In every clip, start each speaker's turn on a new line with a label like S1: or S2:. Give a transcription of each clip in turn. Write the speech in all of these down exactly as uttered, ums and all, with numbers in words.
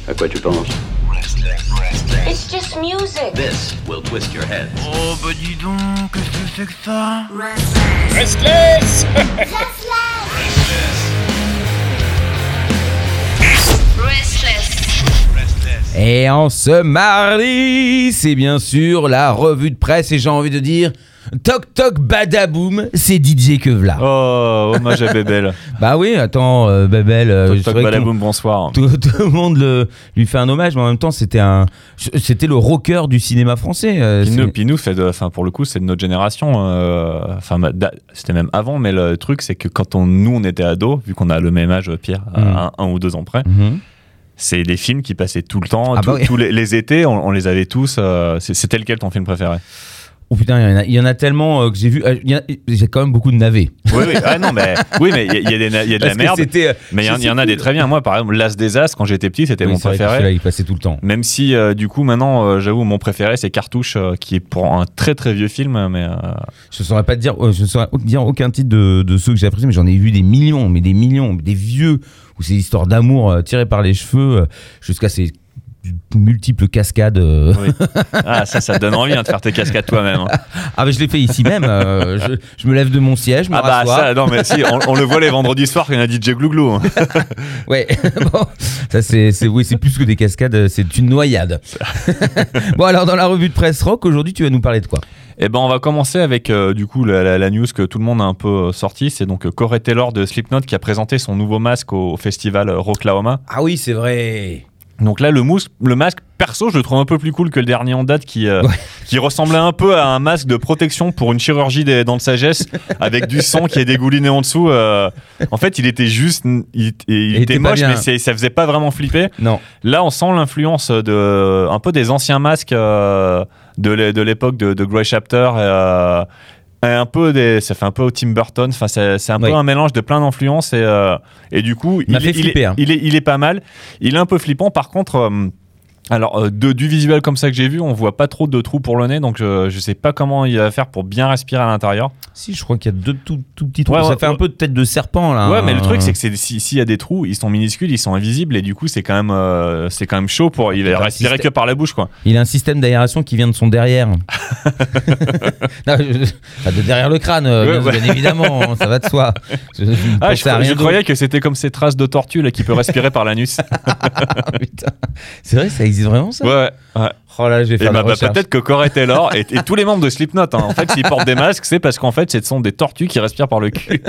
S1: À quoi tu penses?
S2: It's just music.
S1: This will twist your head.
S3: Oh bah dis donc, qu'est-ce que c'est que ça?
S4: Restless.
S2: Restless.
S5: Et en ce mardi, c'est bien sûr la revue de presse et j'ai envie de dire toc toc badaboum, c'est D J Kevlar.
S6: Oh, hommage à Bébel.
S5: Bah oui, attends, euh, Bébel. Euh,
S6: Toc toc badaboum, bonsoir.
S5: Tout, tout le monde le, lui fait un hommage, mais en même temps, c'était un, c'était le rocker du cinéma français. Euh,
S6: puis, nous, puis nous, fait de, enfin pour le coup, c'est de notre génération. Enfin, euh, c'était même avant, mais le truc, c'est que quand on, nous, on était ados, vu qu'on a le même âge, Pierre, mmh. un, un ou deux ans près. Mmh. C'est des films qui passaient tout le temps,
S5: ah
S6: tout,
S5: bah oui.
S6: tous les, les étés, on, on les avait tous. Euh, c'était lequel ton film préféré?
S5: Oh putain, il y en a, il y en a tellement euh, que j'ai vu. Euh, il, y a, il y a quand même beaucoup de navets.
S6: Oui, oui, ah non, mais oui, mais il y, y, y a de la merde.
S5: Euh,
S6: mais il y, y en a des très bien. Moi, par exemple, L'As des As, quand j'étais petit, c'était oui, mon préféré.
S5: Celui-là, il passait tout le temps.
S6: Même si, euh, du coup, maintenant, euh, j'avoue, mon préféré, c'est Cartouche, euh, qui est pour un très très vieux film. Mais euh...
S5: je ne saurais pas te dire, euh, je ne saurais dire aucun titre de, de ceux que j'ai appréciés, mais j'en ai vu des millions, mais des millions, des vieux où c'est l'histoire d'amour euh, tirée par les cheveux euh, jusqu'à ces multiples cascades. Euh...
S6: Oui. Ah, ça, ça te donne envie hein, de faire tes cascades toi-même. Hein.
S5: Ah, mais je l'ai fait ici même. Euh, je, je me lève de mon siège, je me
S6: ah bah
S5: rassois.
S6: ça, non mais si, on, on le voit les vendredis soirs quand il y a D J Glouglou. Hein.
S5: Ouais, bon, ça c'est, c'est, oui, c'est plus que des cascades, c'est une noyade. Bon, alors dans la revue de presse rock, aujourd'hui, tu vas nous parler de quoi?
S6: Eh ben, on va commencer avec euh, du coup la, la, la news que tout le monde a un peu euh, sorti. C'est donc euh, Corey Taylor de Slipknot qui a présenté son nouveau masque au, au festival euh, Rocklahoma.
S5: Ah oui, c'est vrai.
S6: Donc là, le, mousse, le masque, perso, je le trouve un peu plus cool que le dernier en date qui, euh, ouais. qui ressemblait un peu à un masque de protection pour une chirurgie des dents de sagesse avec du sang qui est dégouliné en dessous. Euh, en fait, il était juste. Il, il, il était, était moche, mais c'est, ça faisait pas vraiment flipper.
S5: Non.
S6: Là, on sent l'influence de, un peu des anciens masques euh, de, de l'époque de, de Grey Chapter. Euh, un peu des, ça fait un peu au Tim Burton. Enfin, c'est, c'est un oui. peu un mélange de plein d'influences et, euh, et du coup, il,
S5: il, est, flipper,
S6: il, est,
S5: hein.
S6: il, est, il est pas mal. Il est un peu flippant. Par contre. Euh, Alors, de, du visuel comme ça que j'ai vu, on voit pas trop de trous pour le nez, donc je, je sais pas comment il va faire pour bien respirer à l'intérieur.
S5: Si, je crois qu'il y a deux tout, tout petits trous.
S6: Ouais,
S5: ça
S6: ouais,
S5: fait
S6: ouais.
S5: un peu de tête de serpent là.
S6: Ouais, mais le truc c'est que c'est, si, s'il y a des trous, ils sont minuscules, ils sont invisibles et du coup c'est quand même, euh, c'est quand même chaud pour. Il va respirer système. que par la bouche quoi.
S5: Il a un système d'aération qui vient de son derrière. Non, je, enfin, de derrière le crâne, ouais, bien, ouais. bien évidemment, ça va de soi. Je, je,
S6: ah, je, je croyais que c'était comme ces traces de tortue là qui peut respirer par l'anus.
S5: Putain, c'est vrai, ça existe vraiment ça?
S6: Ouais. Ouais.
S5: Oh là, je vais faire
S6: bah,
S5: la
S6: bah,
S5: recherche.
S6: Peut-être que Corey Taylor et, et tous les membres de Slipknot, hein, en fait, s'ils portent des masques, c'est parce qu'en fait, ce sont des tortues qui respirent par le cul.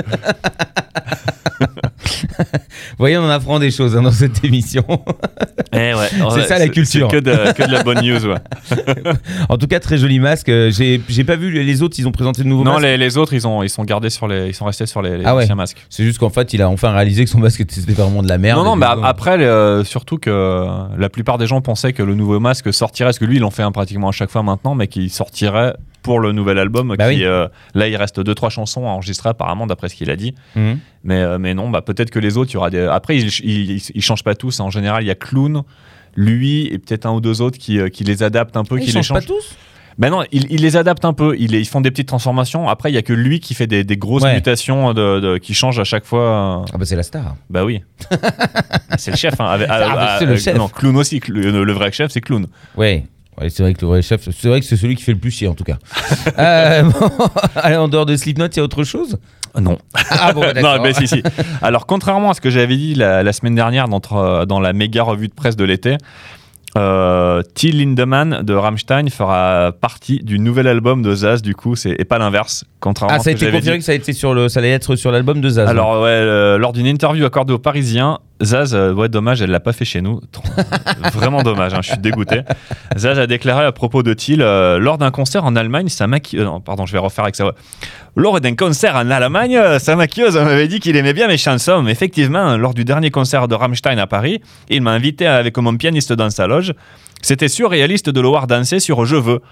S5: Voyez, on en apprend des choses hein, dans cette émission.
S6: Eh ouais,
S5: c'est
S6: ouais,
S5: ça la culture.
S6: C'est que de, que de la bonne news, ouais.
S5: En tout cas, très joli masque. J'ai, j'ai pas vu les autres, ils ont présenté de nouveaux
S6: non,
S5: masques.
S6: Non, les, les autres, ils ont, ils sont gardés sur les, ils sont restés sur les, les
S5: ah ouais.
S6: anciens masques.
S5: C'est juste qu'en fait, il a enfin réalisé que son masque c'était vraiment de la merde.
S6: Non, non, mais bah, après, euh, surtout que la plupart des gens pensaient que le nouveau masque sortirait, parce que lui, il en fait un pratiquement à chaque fois maintenant, mais qu'il sortirait pour le nouvel album.
S5: Bah
S6: qui,
S5: oui.
S6: euh, là, il reste deux trois chansons à enregistrer apparemment, d'après ce qu'il a dit. Mmh. Mais, euh, mais non, bah, peut-être que les autres, il y aura des. Après, ils, ils, ils changent pas tous. En général, il y a Clown, lui, et peut-être un ou deux autres qui, euh, qui les adaptent un peu.
S5: Ils
S6: qui
S5: changent
S6: les changent
S5: pas tous.
S6: Ben non, ils, ils les adaptent un peu. Ils, ils font des petites transformations. Après, il y a que lui qui fait des, des grosses ouais. mutations de, de, qui changent à chaque fois.
S5: Ah bah c'est la star.
S6: Bah oui. C'est le chef. Hein, avec,
S5: ah,
S6: à,
S5: c'est
S6: à,
S5: le chef.
S6: Non, Clown aussi. Le, le vrai chef, c'est Clown.
S5: Ouais. Ouais, c'est vrai que le vrai chef, c'est vrai que c'est celui qui fait le plus chier en tout cas. euh, bon, allez, en dehors de Slipknot, il y a autre chose?
S6: Non.
S5: Ah bon, d'accord.
S6: Non, mais si, si. Alors, contrairement à ce que j'avais dit la, la semaine dernière dans, dans la méga revue de presse de l'été, Euh, Till Lindemann de Rammstein fera partie du nouvel album de Zaz, du coup, c'est, et pas l'inverse. Contrairement
S5: ah, ça a
S6: à ce que
S5: été confirmé
S6: dit.
S5: que ça, a été sur le, ça allait être sur l'album de Zaz.
S6: Alors, ouais, euh, lors d'une interview accordée aux Parisiens, Zaz, euh, ouais, dommage, elle l'a pas fait chez nous. Vraiment dommage, hein, je suis dégoûté. Zaz a déclaré à propos de Till, euh, lors d'un concert en Allemagne, sa maquilleuse. Euh, non, pardon, je vais refaire avec ça. Ouais. Lors d'un concert en Allemagne, sa maquilleuse m'avait dit qu'il aimait bien mes chansons. Mais effectivement, lors du dernier concert de Rammstein à Paris, il m'a invité avec mon pianiste dans sa loge. C'était surréaliste de le voir danser sur Je veux.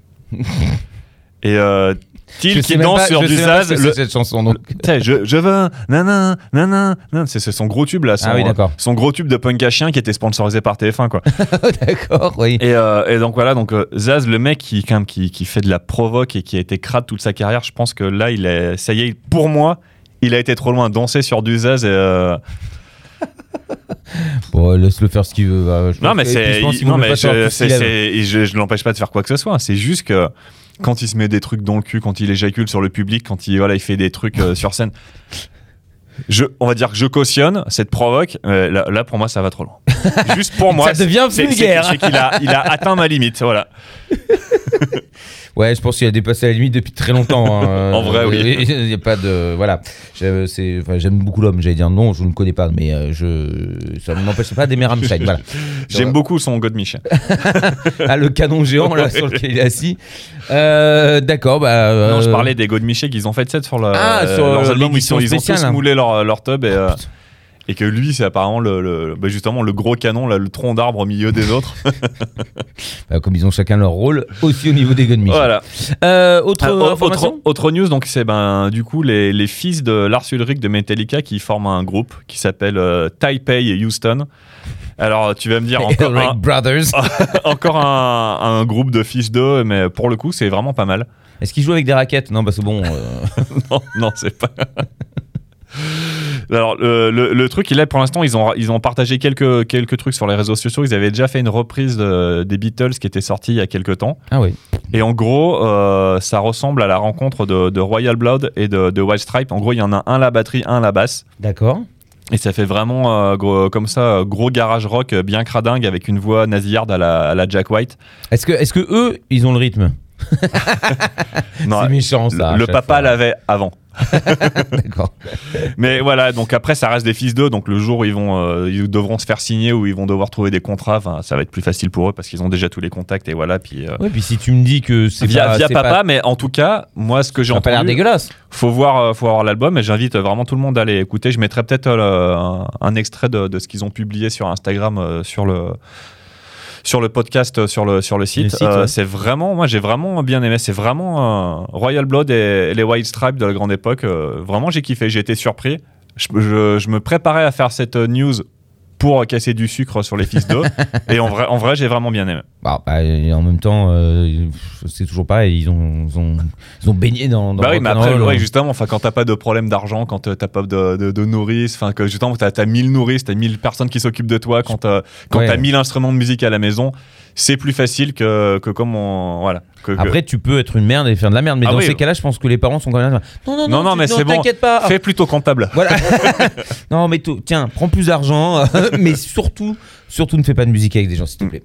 S6: Et euh, Till qui danse
S5: pas,
S6: sur du Zaz.
S5: Le... C'est cette chanson donc.
S6: je, je veux, nanana, nanana, nanana. C'est, c'est son gros tube là, son,
S5: ah oui, d'accord.
S6: son gros tube de punk à chien qui était sponsorisé par T F un quoi.
S5: D'accord, oui.
S6: Et, euh, et donc voilà, donc euh, Zaz, le mec qui, quand même, qui, qui fait de la provoque et qui a été crade toute sa carrière, je pense que là, il est, ça y est, pour moi, il a été trop loin, danser sur du Zaz et. Euh,
S5: Bon, laisse-le faire ce qu'il veut. Bah, je
S6: Non,
S5: pense
S6: mais
S5: que-
S6: c'est.
S5: et puis je pense
S6: il-
S5: qu'il
S6: Non,
S5: vaut mieux
S6: mais
S5: pas savoir
S6: je,
S5: tout ce
S6: c'est,
S5: qu'il aime.
S6: c'est- et je, je l'empêche pas de faire quoi que ce soit. C'est juste que quand il se met des trucs dans le cul, quand il éjacule sur le public, quand il, voilà, il fait des trucs euh, sur scène. Je, on va dire que je cautionne cette provoque. Euh, là, là, pour moi, ça va trop loin. Juste pour moi,
S5: Ça devient
S6: c'est,
S5: vulgaire.
S6: c'est, c'est qu'il a, il a atteint ma limite. Voilà.
S5: Ouais, je pense qu'il a dépassé la limite depuis très longtemps. hein.
S6: En vrai, oui.
S5: Il n'y a pas de. Voilà. J'aime, c'est, enfin, j'aime beaucoup l'homme, j'allais dire non, je ne le connais pas, mais euh, je, ça ne m'empêche pas d'aimer Rammstein. Voilà.
S6: J'aime beaucoup son Godmich.
S5: Ah, le canon géant là, sur lequel il est assis. Euh, d'accord, bah. euh,
S6: Non, je parlais des Godmiché qu'ils ont fait sept sur, le,
S5: Ah, sur,
S6: leurs
S5: euh,
S6: albums où ils, sont, ils ont
S5: spéciale,
S6: tous
S5: hein.
S6: moulé leur, leur tub et, euh,
S5: Putain.
S6: et que lui, c'est apparemment le, le- bah, justement le gros canon, là, le tronc d'arbre au milieu des autres.
S5: bah, comme ils ont chacun leur rôle, aussi au niveau des Gunmish.
S6: Voilà.
S5: Euh, autre
S6: Ah,
S5: information
S6: autre, autre news, donc c'est ben du coup les, les fils de Lars Ulrich de Metallica qui forment un groupe qui s'appelle euh, Taipei Houston. Alors tu vas me dire encore
S5: Ulrich
S6: un,
S5: Brothers.
S6: encore un, un groupe de fils d'eux, mais pour le coup c'est vraiment pas mal.
S5: Est-ce qu'ils jouent avec des raquettes? Non, parce que bon. euh,
S6: non, non, c'est pas. Alors le, le, le truc, il est pour l'instant, ils ont, ils ont partagé quelques, quelques trucs sur les réseaux sociaux. Ils avaient déjà fait une reprise de- des Beatles qui était sortie il y a quelques temps.
S5: Ah oui.
S6: Et en gros, euh, ça ressemble à la rencontre de, de Royal Blood et de, de White Stripe. En gros, il y en a un à la batterie, un à la basse.
S5: D'accord.
S6: Et ça fait vraiment euh, gros- comme ça, euh, gros garage rock euh, bien cradingue avec une voix nasillarde à la, à la Jack White.
S5: Est-ce que, est-ce que eux, ils ont le rythme?
S6: Non,
S5: C'est méchant ça.
S6: le
S5: à
S6: le
S5: chaque
S6: papa
S5: fois.
S6: l'avait avant.
S5: D'accord.
S6: Mais voilà, donc après, ça reste des fils d'eux. Donc le jour où ils, vont, euh, ils devront se faire signer ou ils vont devoir trouver des contrats, enfin, ça va être plus facile pour eux parce qu'ils ont déjà tous les contacts. Et voilà, puis. euh,
S5: Ouais, puis si tu me dis que c'est
S6: via
S5: pas,
S6: via
S5: c'est
S6: papa,
S5: pas,
S6: mais en tout cas, moi, ce que j'ai
S5: ça a pas l'air
S6: entendu,
S5: dégueulasse.
S6: faut voir, euh, faut voir l'album. Et j'invite vraiment tout le monde à aller écouter. Je mettrai peut-être euh, un, un extrait de, de ce qu'ils ont publié sur Instagram, euh, sur le. Sur le podcast, euh, sur le, sur le site,
S5: Le site,
S6: Euh,
S5: ouais.
S6: c'est vraiment, moi j'ai vraiment bien aimé. C'est vraiment euh, Royal Blood et, et les White Stripes de la grande époque. euh, vraiment, j'ai kiffé, j'ai été surpris. Je, je- je me préparais à faire cette news pour casser du sucre sur les fils d'eux. Et en vrai, en vrai, j'ai vraiment bien aimé.
S5: Bah, bah, et en même temps, euh, c'est toujours pareil. Ils ont, ils ont, ils ont baigné dans. dans
S6: Bah oui,
S5: le
S6: mais
S5: rock'n'roll,
S6: après, ouais,
S5: hein.
S6: justement, enfin, quand t'as pas de problème d'argent, quand euh, t'as pas de, de, de nourrice, enfin, que justement, t'as, t'as mille nourrices, t'as mille personnes qui s'occupent de toi, quand, t'as- quand
S5: Ouais.
S6: t'as mille instruments de musique à la maison, c'est plus facile que, que comme on. Voilà. Que- que-
S5: Après, tu peux être une merde et faire de la merde, mais
S6: Ah
S5: dans
S6: oui.
S5: ces cas-là, je pense que les parents sont quand même là. Non, non, non,
S6: Non, non,
S5: tu-
S6: mais c'est bon.
S5: T'inquiète pas.
S6: Fais plutôt comptable.
S5: Voilà. Non, mais tout- tiens, prends plus d'argent, mais surtout, surtout ne fais pas de musique avec des gens, s'il te plaît.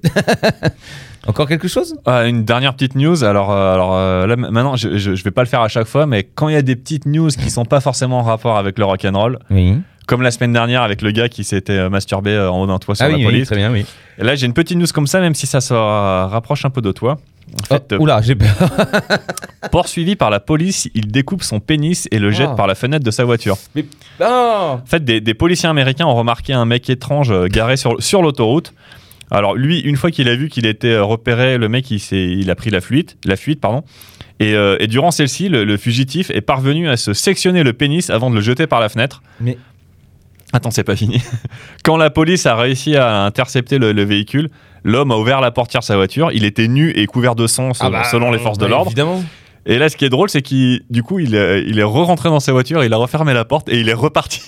S5: Encore quelque chose?
S6: Ah, une dernière petite news. Alors, euh, alors euh, là, m- maintenant, je, je, je vais pas le faire à chaque fois, mais quand il y a des petites news qui sont pas forcément en rapport avec le rock'n'roll,
S5: Oui.
S6: comme la semaine dernière avec le gars qui s'était euh, masturbé euh, en haut d'un toit sur
S5: Ah
S6: la
S5: oui, oui,
S6: police.
S5: très bien, oui.
S6: Et là, j'ai une petite news comme ça, même si ça se euh, rapproche un peu de toi. En fait,
S5: Oh,
S6: euh,
S5: oula, j'ai peur.
S6: poursuivi par la police, il découpe son pénis et le jette
S5: Ah.
S6: par la fenêtre de sa voiture.
S5: Mais... Oh.
S6: En fait, des, des policiers américains ont remarqué un mec étrange euh, garé sur, sur l'autoroute. Alors lui, une fois qu'il a vu qu'il était euh, repéré, le mec, il, s'est, il a pris la fuite, la fuite pardon. Et, euh, et durant celle-ci, le, le fugitif est parvenu à se sectionner le pénis avant de le jeter par la fenêtre.
S5: Mais
S6: Attends, c'est pas fini. Quand la police a réussi à intercepter le, le véhicule, l'homme a ouvert la portière de sa voiture. Il était nu et couvert de sang selon,
S5: Ah bah,
S6: selon les forces de
S5: bah,
S6: l'ordre.
S5: Évidemment.
S6: Et là, ce qui est drôle, c'est qu'il, du coup, il est, il est re-rentré dans sa voiture, il a refermé la porte et il est reparti.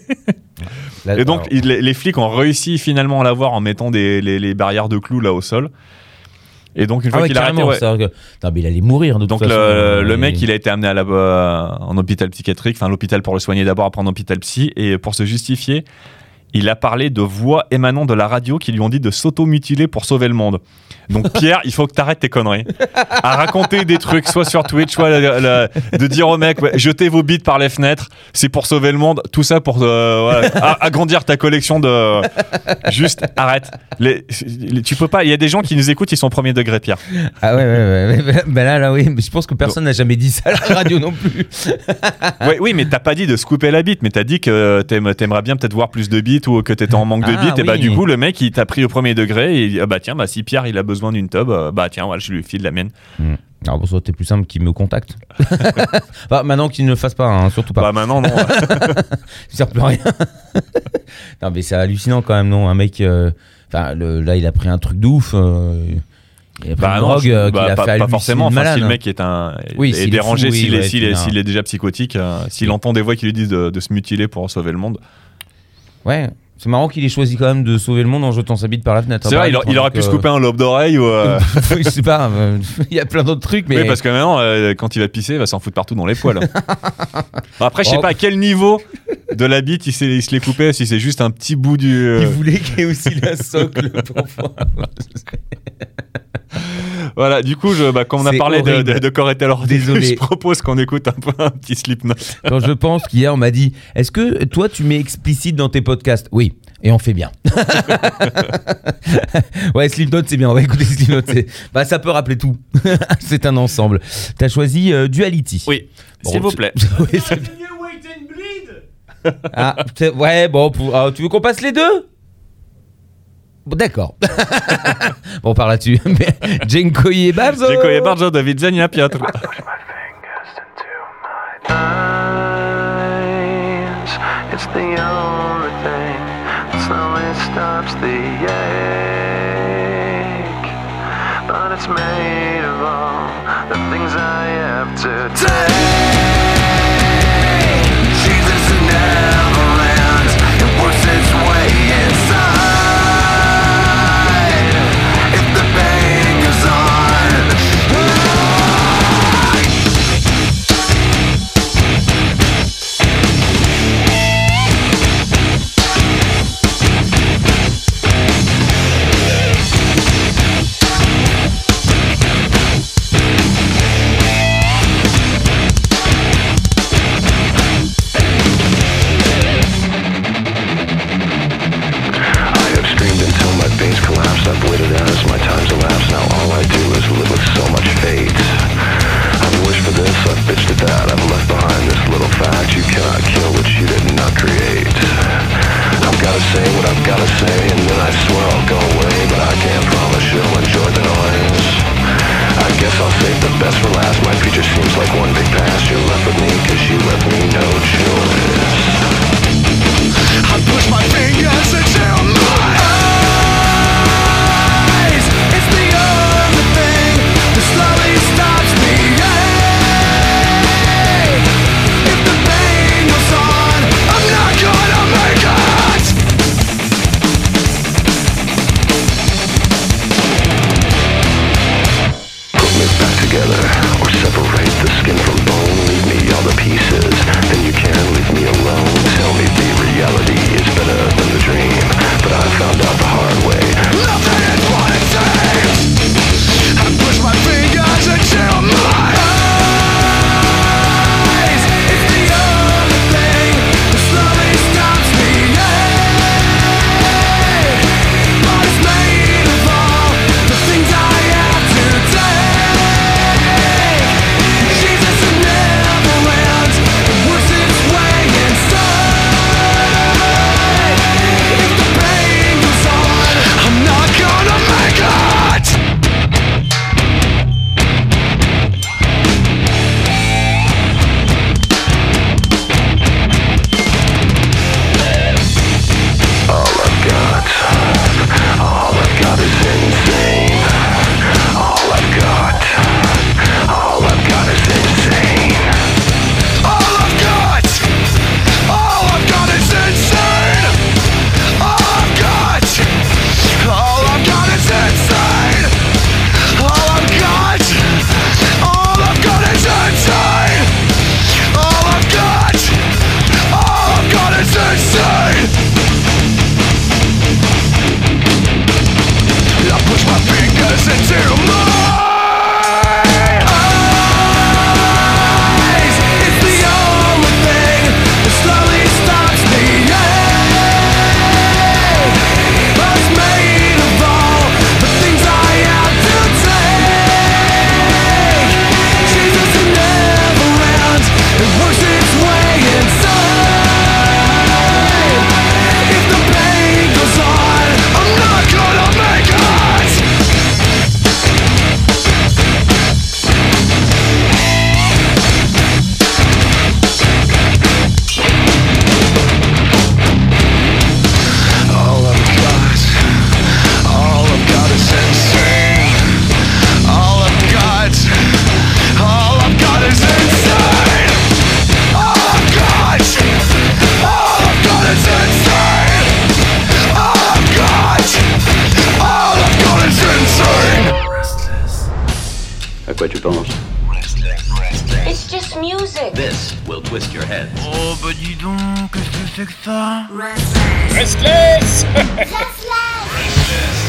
S5: Là,
S6: Et donc,
S5: alors,
S6: il- les, les flics ont réussi finalement à l'avoir en mettant des, les, les barrières de clous là au sol. Et donc, une
S5: ah
S6: fois
S5: ouais,
S6: qu'il a arrêté,
S5: carrément.
S6: ouais.
S5: c'est-à-dire que- Non, mais il allait mourir de toute
S6: Donc,
S5: façon.
S6: le,
S5: euh,
S6: le mec,
S5: il-
S6: il a été amené à la, euh, en hôpital psychiatrique, enfin, l'hôpital pour le soigner d'abord, après en hôpital psy. Et pour se justifier, il a parlé de voix émanant de la radio qui lui ont dit de s'auto-mutiler pour sauver le monde. Donc Pierre, il faut que t'arrêtes tes conneries. À raconter des trucs, soit sur Twitch, soit la- la- de dire aux mecs, ouais, jetez vos bits par les fenêtres, c'est pour sauver le monde. Tout ça pour euh, voilà, a- agrandir ta collection de... Juste, arrête. Les, les- tu peux pas... Il y a des gens qui nous écoutent, ils sont au premier degré, Pierre.
S5: Ah ouais, ouais, ouais. ouais. Ben là, là, oui. Mais je pense que personne n'a jamais dit ça à la radio non plus.
S6: Ouais, oui, mais t'as pas dit de se couper la bite, mais t'as dit que t'aim- t'aimerais bien peut-être voir plus de bits ou que t'étais en manque de
S5: Ah,
S6: bits. Et bah
S5: oui.
S6: du coup, le mec, il t'a pris au premier degré et il dit, ah bah tiens, bah si Pierre, il a besoin d'une tub, euh, bah tiens, voilà, je lui file la mienne.
S5: Hmm. Alors bon, ça aurait été plus simple qu'il me contacte. Bah, maintenant qu'il ne le fasse pas, hein, surtout pas.
S6: Bah maintenant, non.
S5: Ça sert plus à rien. Non, mais c'est hallucinant quand même, non? Un mec, euh, enfin, le- là, il a pris un truc de ouf. euh, il a pris
S6: Bah
S5: une
S6: non,
S5: drogue
S6: je-
S5: euh,
S6: bah,
S5: qu'il a
S6: pas,
S5: fait
S6: pas
S5: halluciner
S6: forcément.
S5: le
S6: Enfin,
S5: malade.
S6: si le mec est, un,
S5: Oui,
S6: est
S5: s'il est
S6: dérangé,
S5: fou, oui,
S6: s'il est,
S5: ouais,
S6: s'il est-
S5: puis,
S6: s'il
S5: euh,
S6: est déjà psychotique, euh, s'il entend des voix qui lui disent de, de se mutiler pour sauver le monde.
S5: Ouais. C'est marrant qu'il ait choisi quand même de sauver le monde en jetant sa bite par la fenêtre.
S6: C'est vrai, il, il aurait pu
S5: euh...
S6: se couper un lobe d'oreille ou. Euh...
S5: je sais pas, euh, il y a plein d'autres trucs, mais.
S6: Oui, parce que maintenant, euh, quand il va pisser, il va s'en foutre partout dans les poils. Bon, après, je sais
S5: oh.
S6: pas à quel niveau de la bite il, il se l'est coupé, si c'est juste un petit bout du. Euh...
S5: Il voulait qu'il y ait aussi la socle pour voir.
S6: Voilà, du coup, je, bah, quand on a
S5: C'est
S6: parlé de, de, de corps et alors,
S5: désolé.
S6: Je propose qu'on écoute un peu un petit Slipknot.
S5: Quand je pense qu'hier on m'a dit, est-ce que toi tu mets explicite dans tes podcasts ? Oui, et on fait bien. Ouais, Slipknot c'est bien, on va écouter Slipknot. C'est... Bah, ça peut rappeler tout. C'est un ensemble. T'as choisi euh, Duality.
S6: Oui, bon, s'il vous plaît.
S5: Oui, c'est... Ah, c'est... ouais, bon, pour... ah, tu veux qu'on passe les deux ? Bon, d'accord. Bon, on part là-dessus. Dziękuję bardzo.
S6: Dziękuję bardzo, do widzenia, Piotr.
S1: It's the only thing that slowly stops the ache. But it's made of all the things I have to take. Jesus never ends. It works its way inside. If the pain goes on. I've waited as my time's elapsed. Now all I do is live with so much fate. I've wished for this, I've bitched at that. I've left behind this little fact: you cannot kill what you did not create. I've gotta say what I've gotta say, and then I swear I'll go away. But I can't promise you'll enjoy the noise. I guess I'll save the best for last. My future seems like one big past. You're left with me cause you left me no choice. I push my fingers into my eyes. It's the only thing that slowly stops me. Hey, if the pain goes on, I'm not gonna make it. Put me back together, or separate the skin from bone. Leave me all the pieces, then you can leave me alone. Tell me
S7: À quoi tu penses?
S2: It's just music.
S7: This will twist your head.
S3: Oh bah dis donc, qu'est-ce que c'est que ça?
S4: Restless.
S2: Restless.